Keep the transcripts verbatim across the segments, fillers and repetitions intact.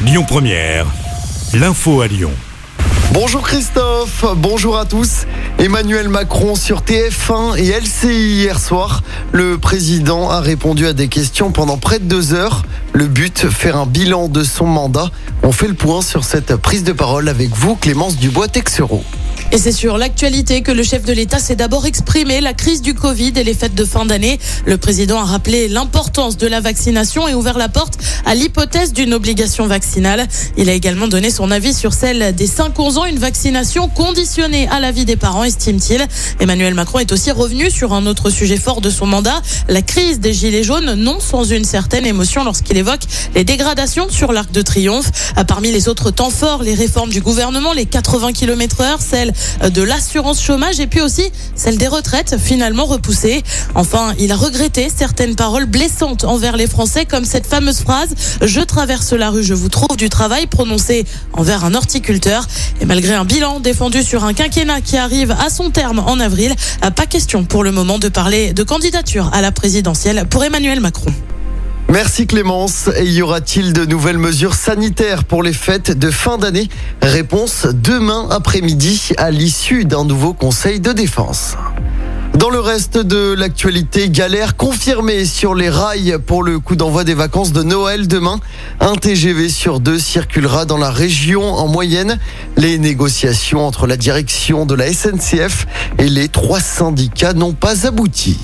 Lyon Première, l'info à Lyon. Bonjour Christophe, bonjour à tous. Emmanuel Macron sur T F un et L C I hier soir. Le président a répondu à des questions pendant près de deux heures. Le but, faire un bilan de son mandat. On fait le point sur cette prise de parole avec vous, Clémence Dubois-Texereau. Et c'est sur l'actualité que le chef de l'État s'est d'abord exprimé, la crise du Covid et les fêtes de fin d'année. Le président a rappelé l'importance de la vaccination et ouvert la porte à l'hypothèse d'une obligation vaccinale. Il a également donné son avis sur celle des cinq onze ans, une vaccination conditionnée à l'avis des parents, estime-t-il. Emmanuel Macron est aussi revenu sur un autre sujet fort de son mandat, la crise des Gilets jaunes, non sans une certaine émotion lorsqu'il évoque les dégradations sur l'Arc de Triomphe. Parmi les autres temps forts, les réformes du gouvernement, les quatre-vingts kilomètres heure, celles de l'assurance chômage et puis aussi celle des retraites finalement repoussées. Enfin, il a regretté certaines paroles blessantes envers les Français comme cette fameuse phrase « Je traverse la rue, je vous trouve du travail » prononcée envers un horticulteur. Et malgré un bilan défendu sur un quinquennat qui arrive à son terme en avril, pas question pour le moment de parler de candidature à la présidentielle pour Emmanuel Macron. Merci Clémence. Et y aura-t-il de nouvelles mesures sanitaires pour les fêtes de fin d'année ? Réponse demain après-midi à l'issue d'un nouveau conseil de défense. Dans le reste de l'actualité, galère confirmée sur les rails pour le coup d'envoi des vacances de Noël demain. Un T G V sur deux circulera dans la région en moyenne. Les négociations entre la direction de la S N C F et les trois syndicats n'ont pas abouti.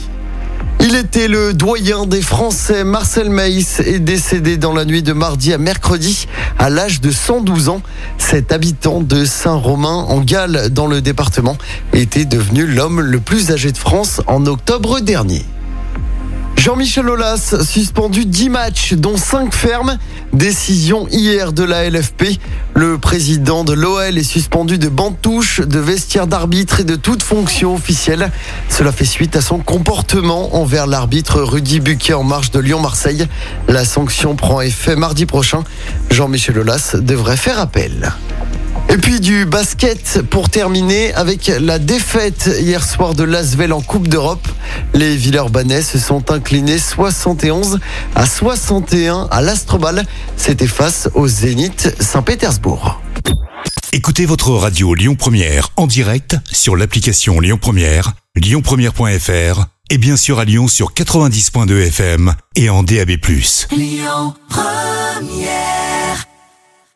Il était le doyen des Français. Marcel Maïs est décédé dans la nuit de mardi à mercredi à l'âge de cent douze ans. Cet habitant de Saint-Romain en Galles dans le département était devenu l'homme le plus âgé de France en octobre dernier. Jean-Michel Aulas suspendu dix matchs dont cinq fermes. Décision hier de la L F P. Le président de l'O L est suspendu de banc de touche, de vestiaire d'arbitre et de toute fonction officielle. Cela fait suite à son comportement envers l'arbitre Rudy Buquet en marge de Lyon-Marseille. La sanction prend effet mardi prochain. Jean-Michel Aulas devrait faire appel. Et puis du basket pour terminer avec la défaite hier soir de l'Asvel en Coupe d'Europe. Les Villeurbanais se sont inclinés soixante et onze à soixante et un à l'Astrobal. C'était face au Zénith Saint-Pétersbourg. Écoutez votre radio Lyon Première en direct sur l'application Lyon Première, lyon première point f r et bien sûr à Lyon sur quatre-vingt-dix point deux F M et en D A B plus. Lyon Première.